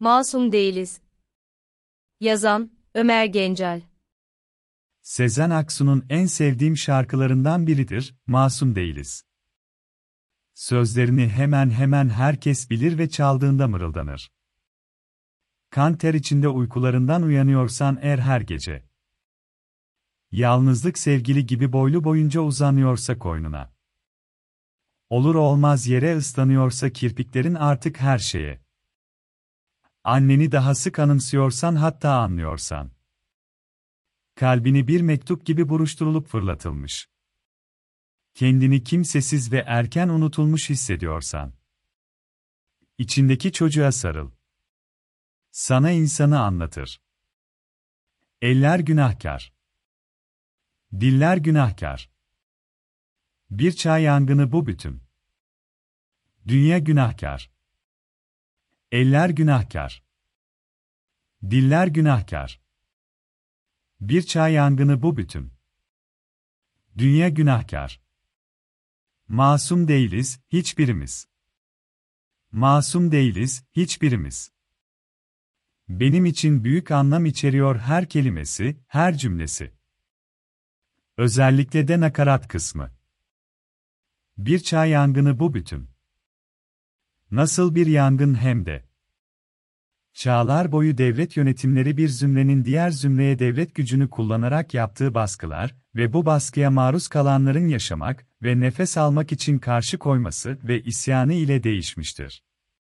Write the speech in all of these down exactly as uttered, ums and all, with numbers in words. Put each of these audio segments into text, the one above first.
Masum değiliz. Yazan, Ömer Gencel. Sezen Aksu'nun en sevdiğim şarkılarından biridir, Masum Değiliz. Sözlerini hemen hemen herkes bilir ve çaldığında mırıldanır. Kan ter içinde uykularından uyanıyorsan eğer her gece. Yalnızlık sevgili gibi boylu boyunca uzanıyorsa koynuna. Olur olmaz yere ıslanıyorsa kirpiklerin artık her şeye. Anneni daha sık anımsıyorsan hatta anlıyorsan. Kalbini bir mektup gibi buruşturulup fırlatılmış. Kendini kimsesiz ve erken unutulmuş hissediyorsan. İçindeki çocuğa sarıl. Sana insanı anlatır. Eller günahkar. Diller günahkar. Bir çağ yangını bu bütün. Dünya günahkar. Eller günahkar. Diller günahkar. Bir çağ yangını bu bütün. Dünya günahkar. Masum değiliz, hiçbirimiz. Masum değiliz, hiçbirimiz. Benim için büyük anlam içeriyor her kelimesi, her cümlesi. Özellikle de nakarat kısmı. Bir çağ yangını bu bütün. Nasıl bir yangın hem de. Çağlar boyu devlet yönetimleri bir zümrenin diğer zümreye devlet gücünü kullanarak yaptığı baskılar ve bu baskıya maruz kalanların yaşamak ve nefes almak için karşı koyması ve isyanı ile değişmiştir.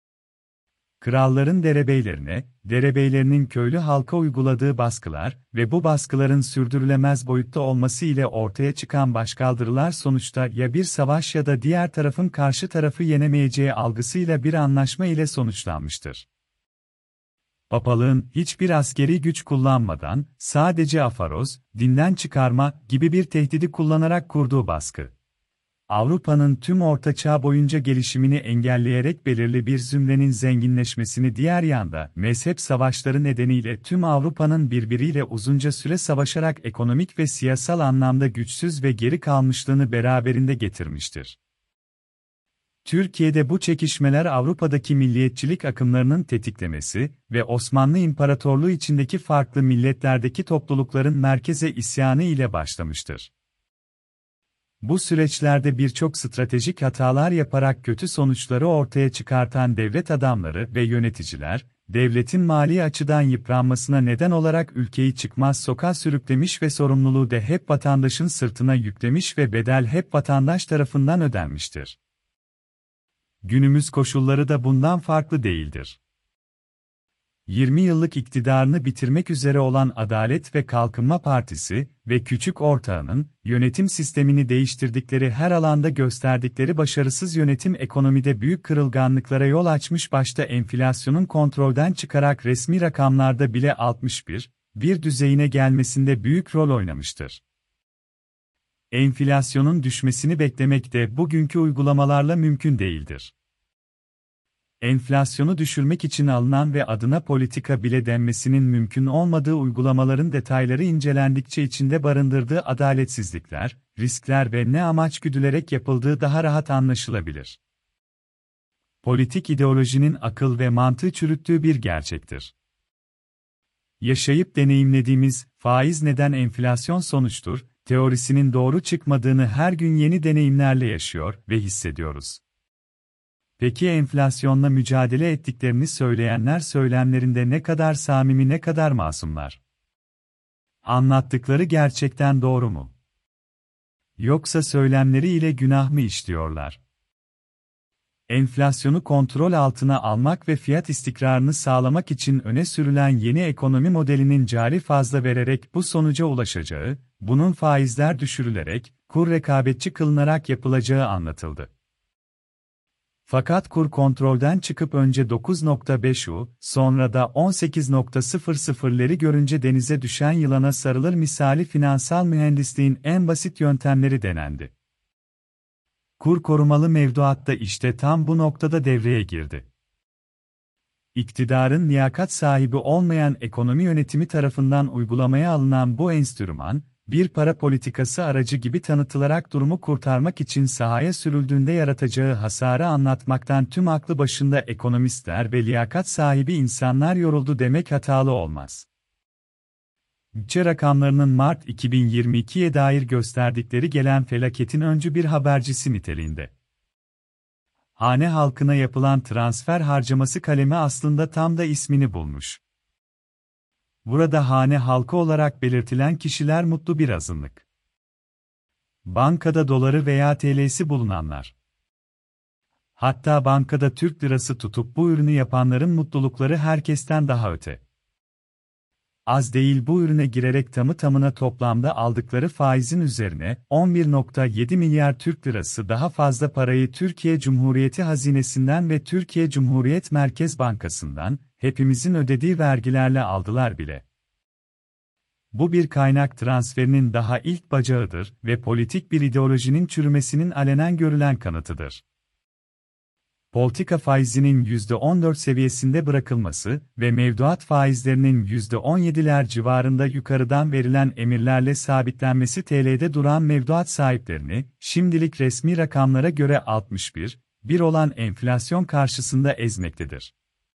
Kralların derebeylerine, derebeylerinin köylü halka uyguladığı baskılar ve bu baskıların sürdürülemez boyutta olması ile ortaya çıkan başkaldırılar sonuçta ya bir savaş ya da diğer tarafın karşı tarafı yenemeyeceği algısıyla bir anlaşma ile sonuçlanmıştır. Papalığın hiçbir askeri güç kullanmadan, sadece afaroz, dinden çıkarma gibi bir tehdidi kullanarak kurduğu baskı. Avrupa'nın tüm Orta Çağ boyunca gelişimini engelleyerek belirli bir zümrenin zenginleşmesini diğer yanda, mezhep savaşları nedeniyle tüm Avrupa'nın birbiriyle uzunca süre savaşarak ekonomik ve siyasal anlamda güçsüz ve geri kalmışlığını beraberinde getirmiştir. Türkiye'de bu çekişmeler Avrupa'daki milliyetçilik akımlarının tetiklemesi ve Osmanlı İmparatorluğu içindeki farklı milletlerdeki toplulukların merkeze isyanı ile başlamıştır. Bu süreçlerde birçok stratejik hatalar yaparak kötü sonuçları ortaya çıkartan devlet adamları ve yöneticiler, devletin mali açıdan yıpranmasına neden olarak ülkeyi çıkmaz sokağa sürüklemiş ve sorumluluğu da hep vatandaşın sırtına yüklemiş ve bedel hep vatandaş tarafından ödenmiştir. Günümüz koşulları da bundan farklı değildir. yirmi yıllık iktidarını bitirmek üzere olan Adalet ve Kalkınma Partisi ve küçük ortağının, yönetim sistemini değiştirdikleri her alanda gösterdikleri başarısız yönetim ekonomide büyük kırılganlıklara yol açmış, başta enflasyonun kontrolden çıkarak resmi rakamlarda bile altmış bir, bir düzeyine gelmesinde büyük rol oynamıştır. Enflasyonun düşmesini beklemek de bugünkü uygulamalarla mümkün değildir. Enflasyonu düşürmek için alınan ve adına politika bile denmesinin mümkün olmadığı uygulamaların detayları incelendikçe içinde barındırdığı adaletsizlikler, riskler ve ne amaç güdülerek yapıldığı daha rahat anlaşılabilir. Politik ideolojinin akıl ve mantığı çürüttüğü bir gerçektir. Yaşayıp deneyimlediğimiz faiz neden enflasyon sonuçtur teorisinin doğru çıkmadığını her gün yeni deneyimlerle yaşıyor ve hissediyoruz. Peki enflasyonla mücadele ettiklerini söyleyenler söylemlerinde ne kadar samimi, ne kadar masumlar? Anlattıkları gerçekten doğru mu? Yoksa söylemleri ile günah mı işliyorlar? Enflasyonu kontrol altına almak ve fiyat istikrarını sağlamak için öne sürülen yeni ekonomi modelinin cari fazla vererek bu sonuca ulaşacağı, bunun faizler düşürülerek, kur rekabetçi kılınarak yapılacağı anlatıldı. Fakat kur kontrolden çıkıp önce dokuz nokta beş U, sonra da on sekiz nokta sıfır sıfırları görünce denize düşen yılana sarılır misali finansal mühendisliğin en basit yöntemleri denendi. Kur korumalı mevduat da işte tam bu noktada devreye girdi. İktidarın liyakat sahibi olmayan ekonomi yönetimi tarafından uygulamaya alınan bu enstrüman, bir para politikası aracı gibi tanıtılarak durumu kurtarmak için sahaya sürüldüğünde yaratacağı hasarı anlatmaktan tüm aklı başında ekonomistler ve liyakat sahibi insanlar yoruldu demek hatalı olmaz. Bütçe rakamlarının Mart iki bin yirmi ikiye dair gösterdikleri gelen felaketin öncü bir habercisi niteliğinde. Hane halkına yapılan transfer harcaması kalemi aslında tam da ismini bulmuş. Burada hane halkı olarak belirtilen kişiler mutlu bir azınlık. Bankada doları veya T L'si bulunanlar. Hatta bankada Türk lirası tutup bu ürünü yapanların mutlulukları herkesten daha öte. Az değil, bu ürüne girerek tamı tamına toplamda aldıkları faizin üzerine on bir nokta yedi milyar Türk lirası daha fazla parayı Türkiye Cumhuriyeti hazinesinden ve Türkiye Cumhuriyet Merkez Bankası'ndan, hepimizin ödediği vergilerle aldılar bile. Bu bir kaynak transferinin daha ilk bacağıdır ve politik bir ideolojinin çürümesinin alenen görülen kanıtıdır. Politika faizinin yüzde on dört seviyesinde bırakılması ve mevduat faizlerinin yüzde on yediler civarında yukarıdan verilen emirlerle sabitlenmesi T L'de duran mevduat sahiplerini, şimdilik resmi rakamlara göre altmış bir virgül bir olan enflasyon karşısında ezmektedir.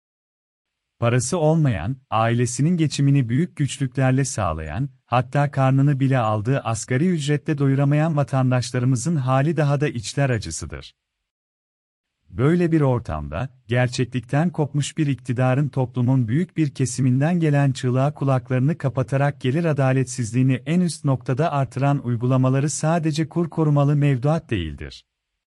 Parası olmayan, ailesinin geçimini büyük güçlüklerle sağlayan, hatta karnını bile aldığı asgari ücretle doyuramayan vatandaşlarımızın hali daha da içler acısıdır. Böyle bir ortamda, gerçeklikten kopmuş bir iktidarın toplumun büyük bir kesiminden gelen çığlığa kulaklarını kapatarak gelir adaletsizliğini en üst noktada artıran uygulamaları sadece kur korumalı mevduat değildir.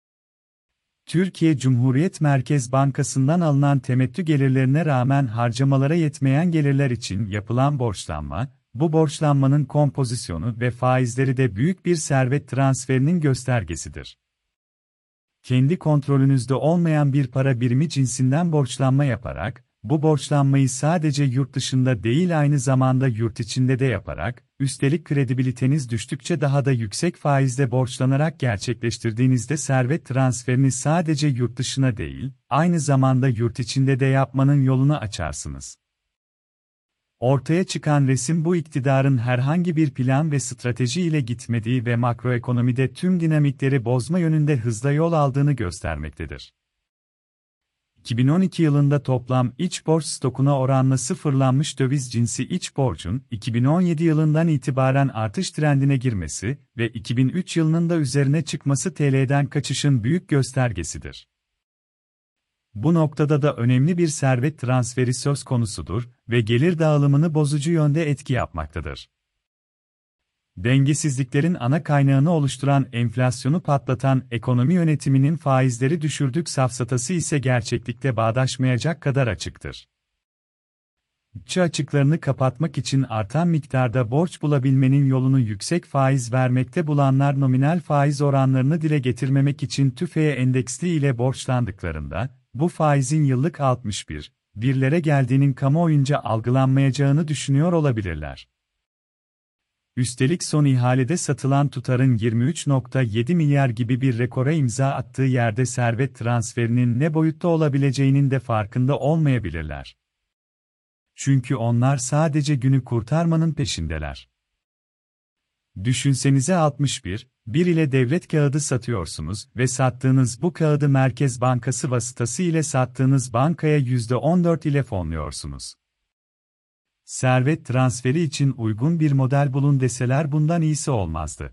Türkiye Cumhuriyet Merkez Bankası'ndan alınan temettü gelirlerine rağmen harcamalara yetmeyen gelirler için yapılan borçlanma, bu borçlanmanın kompozisyonu ve faizleri de büyük bir servet transferinin göstergesidir. Kendi kontrolünüzde olmayan bir para birimi cinsinden borçlanma yaparak, bu borçlanmayı sadece yurt dışında değil aynı zamanda yurt içinde de yaparak, üstelik kredibiliteniz düştükçe daha da yüksek faizle borçlanarak gerçekleştirdiğinizde servet transferini sadece yurt dışına değil, aynı zamanda yurt içinde de yapmanın yolunu açarsınız. Ortaya çıkan resim bu iktidarın herhangi bir plan ve strateji ile gitmediği ve makroekonomide tüm dinamikleri bozma yönünde hızla yol aldığını göstermektedir. iki bin on iki yılında toplam iç borç stokuna oranla sıfırlanmış döviz cinsi iç borcun, iki bin on yedi yılından itibaren artış trendine girmesi ve iki bin üç yılının da üzerine çıkması T L'den kaçışın büyük göstergesidir. Bu noktada da önemli bir servet transferi söz konusudur ve gelir dağılımını bozucu yönde etki yapmaktadır. Dengesizliklerin ana kaynağını oluşturan enflasyonu patlatan ekonomi yönetiminin faizleri düşürdük safsatası ise gerçeklikle bağdaşmayacak kadar açıktır. Bütçe açıklarını kapatmak için artan miktarda borç bulabilmenin yolunu yüksek faiz vermekte bulanlar nominal faiz oranlarını dile getirmemek için TÜFE'ye endeksli ile borçlandıklarında, bu faizin yıllık altmış bir virgül birlere geldiğinin kamuoyunca algılanmayacağını düşünüyor olabilirler. Üstelik son ihalede satılan tutarın yirmi üç nokta yedi milyar gibi bir rekora imza attığı yerde servet transferinin ne boyutta olabileceğinin de farkında olmayabilirler. Çünkü onlar sadece günü kurtarmanın peşindeler. Düşünsenize altmış bir virgül bir ile devlet kağıdı satıyorsunuz ve sattığınız bu kağıdı Merkez Bankası vasıtası ile sattığınız bankaya yüzde on dört ile fonluyorsunuz. Servet transferi için uygun bir model bulun deseler bundan iyisi olmazdı.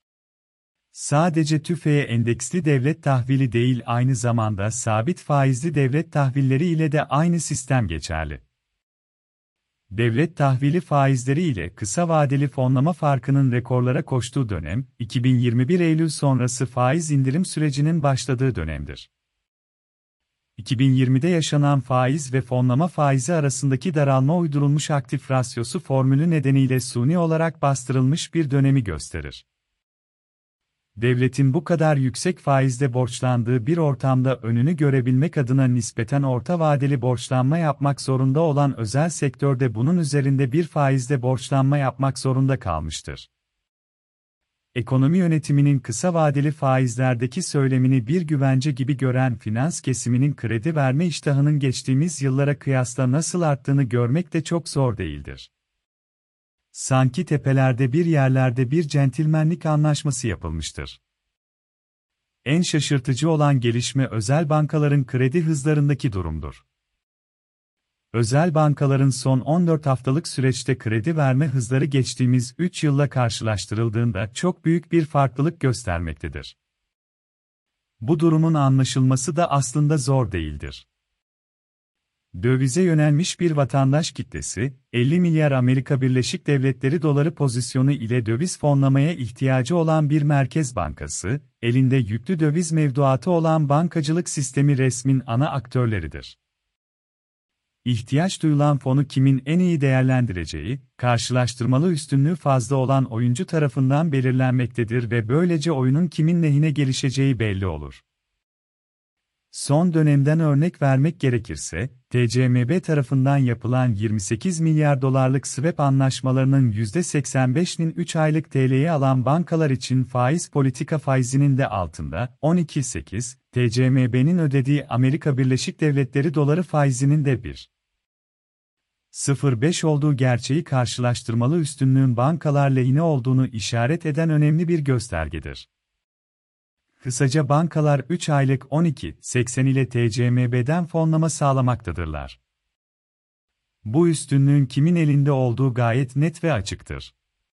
Sadece TÜFE'ye endeksli devlet tahvili değil aynı zamanda sabit faizli devlet tahvilleri ile de aynı sistem geçerli. Devlet tahvili faizleri ile kısa vadeli fonlama farkının rekorlara koştuğu dönem, iki bin yirmi bir Eylül sonrası faiz indirim sürecinin başladığı dönemdir. iki bin yirmide yaşanan faiz ve fonlama faizi arasındaki daralma uydurulmuş aktif rasyosu formülü nedeniyle suni olarak bastırılmış bir dönemi gösterir. Devletin bu kadar yüksek faizle borçlandığı bir ortamda önünü görebilmek adına nispeten orta vadeli borçlanma yapmak zorunda olan özel sektörde bunun üzerinde bir faizle borçlanma yapmak zorunda kalmıştır. Ekonomi yönetiminin kısa vadeli faizlerdeki söylemini bir güvence gibi gören finans kesiminin kredi verme iştahının geçtiğimiz yıllara kıyasla nasıl arttığını görmek de çok zor değildir. Sanki tepelerde bir yerlerde bir centilmenlik anlaşması yapılmıştır. En şaşırtıcı olan gelişme özel bankaların kredi hızlarındaki durumdur. Özel bankaların son on dört haftalık süreçte kredi verme hızları geçtiğimiz üç yılla karşılaştırıldığında çok büyük bir farklılık göstermektedir. Bu durumun anlaşılması da aslında zor değildir. Dövize yönelmiş bir vatandaş kitlesi, elli milyar Amerika Birleşik Devletleri doları pozisyonu ile döviz fonlamaya ihtiyacı olan bir merkez bankası, elinde yüklü döviz mevduatı olan bankacılık sistemi resmin ana aktörleridir. İhtiyaç duyulan fonu kimin en iyi değerlendireceği, karşılaştırmalı üstünlüğü fazla olan oyuncu tarafından belirlenmektedir ve böylece oyunun kimin lehine gelişeceği belli olur. Son dönemden örnek vermek gerekirse, T C M B tarafından yapılan yirmi sekiz milyar dolarlık swap anlaşmalarının yüzde seksen beşinin üç aylık T L'yi alan bankalar için faiz politika faizinin de altında, on iki virgül sekiz, T C M B'nin ödediği Amerika Birleşik Devletleri doları faizinin de bir virgül sıfır beş olduğu gerçeği karşılaştırmalı üstünlüğün bankalar lehine olduğunu işaret eden önemli bir göstergedir. Kısaca bankalar üç aylık on iki virgül seksen ile T C M B'den fonlama sağlamaktadırlar. Bu üstünlüğün kimin elinde olduğu gayet net ve açıktır.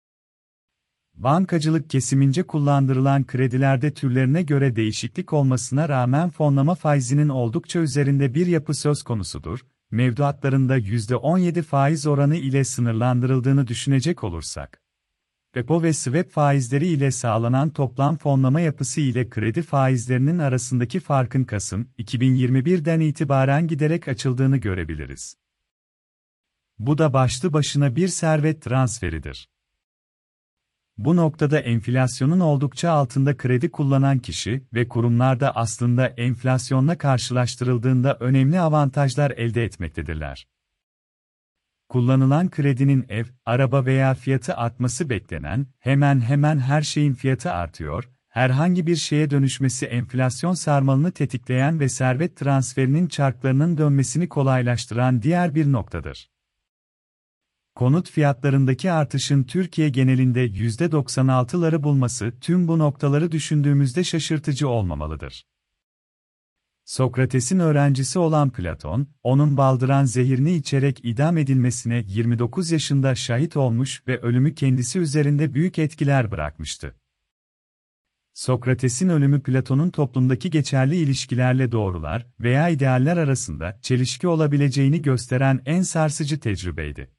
Bankacılık kesimince kullandırılan kredilerde türlerine göre değişiklik olmasına rağmen fonlama faizinin oldukça üzerinde bir yapı söz konusudur. Mevduatlarında yüzde on yedi faiz oranı ile sınırlandırıldığını düşünecek olursak, repo ve swap faizleri ile sağlanan toplam fonlama yapısı ile kredi faizlerinin arasındaki farkın Kasım iki bin yirmi bir'den itibaren giderek açıldığını görebiliriz. Bu da başlı başına bir servet transferidir. Bu noktada enflasyonun oldukça altında kredi kullanan kişi ve kurumlar da aslında enflasyonla karşılaştırıldığında önemli avantajlar elde etmektedirler. Kullanılan kredinin ev, araba veya fiyatı artması beklenen, hemen hemen her şeyin fiyatı artıyor, herhangi bir şeye dönüşmesi enflasyon sarmalını tetikleyen ve servet transferinin çarklarının dönmesini kolaylaştıran diğer bir noktadır. Konut fiyatlarındaki artışın Türkiye genelinde yüzde doksan altı'ları bulması tüm bu noktaları düşündüğümüzde şaşırtıcı olmamalıdır. Sokrates'in öğrencisi olan Platon, onun baldıran zehirini içerek idam edilmesine yirmi dokuz yaşında şahit olmuş ve ölümü kendisi üzerinde büyük etkiler bırakmıştı. Sokrates'in ölümü Platon'un toplumdaki geçerli ilişkilerle doğrular veya idealler arasında çelişki olabileceğini gösteren en sarsıcı tecrübeydi.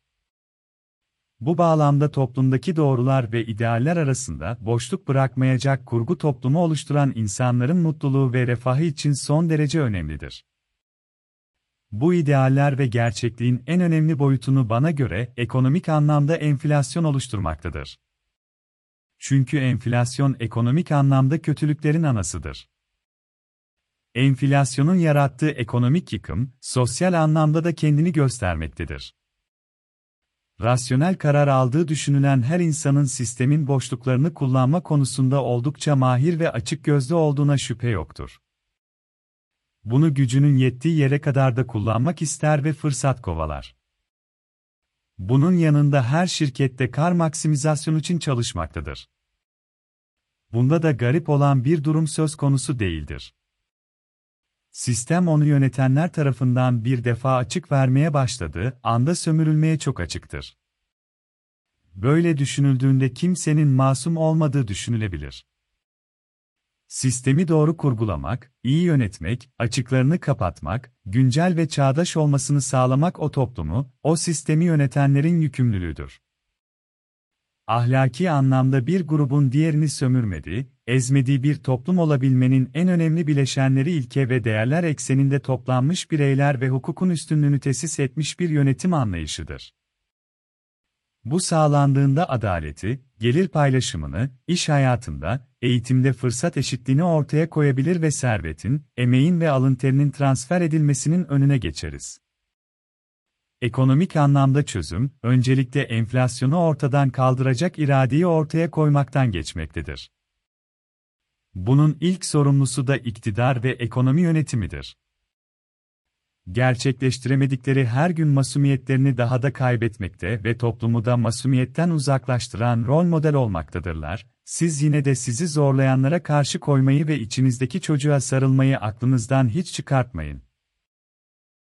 Bu bağlamda toplumdaki doğrular ve idealler arasında boşluk bırakmayacak kurgu toplumu oluşturan insanların mutluluğu ve refahı için son derece önemlidir. Bu idealler ve gerçekliğin en önemli boyutunu bana göre ekonomik anlamda enflasyon oluşturmaktadır. Çünkü enflasyon ekonomik anlamda kötülüklerin anasıdır. Enflasyonun yarattığı ekonomik yıkım, sosyal anlamda da kendini göstermektedir. Rasyonel karar aldığı düşünülen her insanın sistemin boşluklarını kullanma konusunda oldukça mahir ve açıkgözlü olduğuna şüphe yoktur. Bunu gücünün yettiği yere kadar da kullanmak ister ve fırsat kovalar. Bunun yanında her şirkette kar maksimizasyonu için çalışmaktadır. Bunda da garip olan bir durum söz konusu değildir. Sistem onu yönetenler tarafından bir defa açık vermeye başladığı anda sömürülmeye çok açıktır. Böyle düşünüldüğünde kimsenin masum olmadığı düşünülebilir. Sistemi doğru kurgulamak, iyi yönetmek, açıklarını kapatmak, güncel ve çağdaş olmasını sağlamak o toplumu, o sistemi yönetenlerin yükümlülüğüdür. Ahlaki anlamda bir grubun diğerini sömürmediği, ezmediği bir toplum olabilmenin en önemli bileşenleri ilke ve değerler ekseninde toplanmış bireyler ve hukukun üstünlüğünü tesis etmiş bir yönetim anlayışıdır. Bu sağlandığında adaleti, gelir paylaşımını, iş hayatında, eğitimde fırsat eşitliğini ortaya koyabilir ve servetin, emeğin ve alın terinin transfer edilmesinin önüne geçeriz. Ekonomik anlamda çözüm, öncelikle enflasyonu ortadan kaldıracak iradeyi ortaya koymaktan geçmektedir. Bunun ilk sorumlusu da iktidar ve ekonomi yönetimidir. gerçekleştiremedikleri her gün masumiyetlerini daha da kaybetmekte ve toplumu da masumiyetten uzaklaştıran rol model olmaktadırlar. Siz yine de sizi zorlayanlara karşı koymayı ve içinizdeki çocuğa sarılmayı aklınızdan hiç çıkartmayın.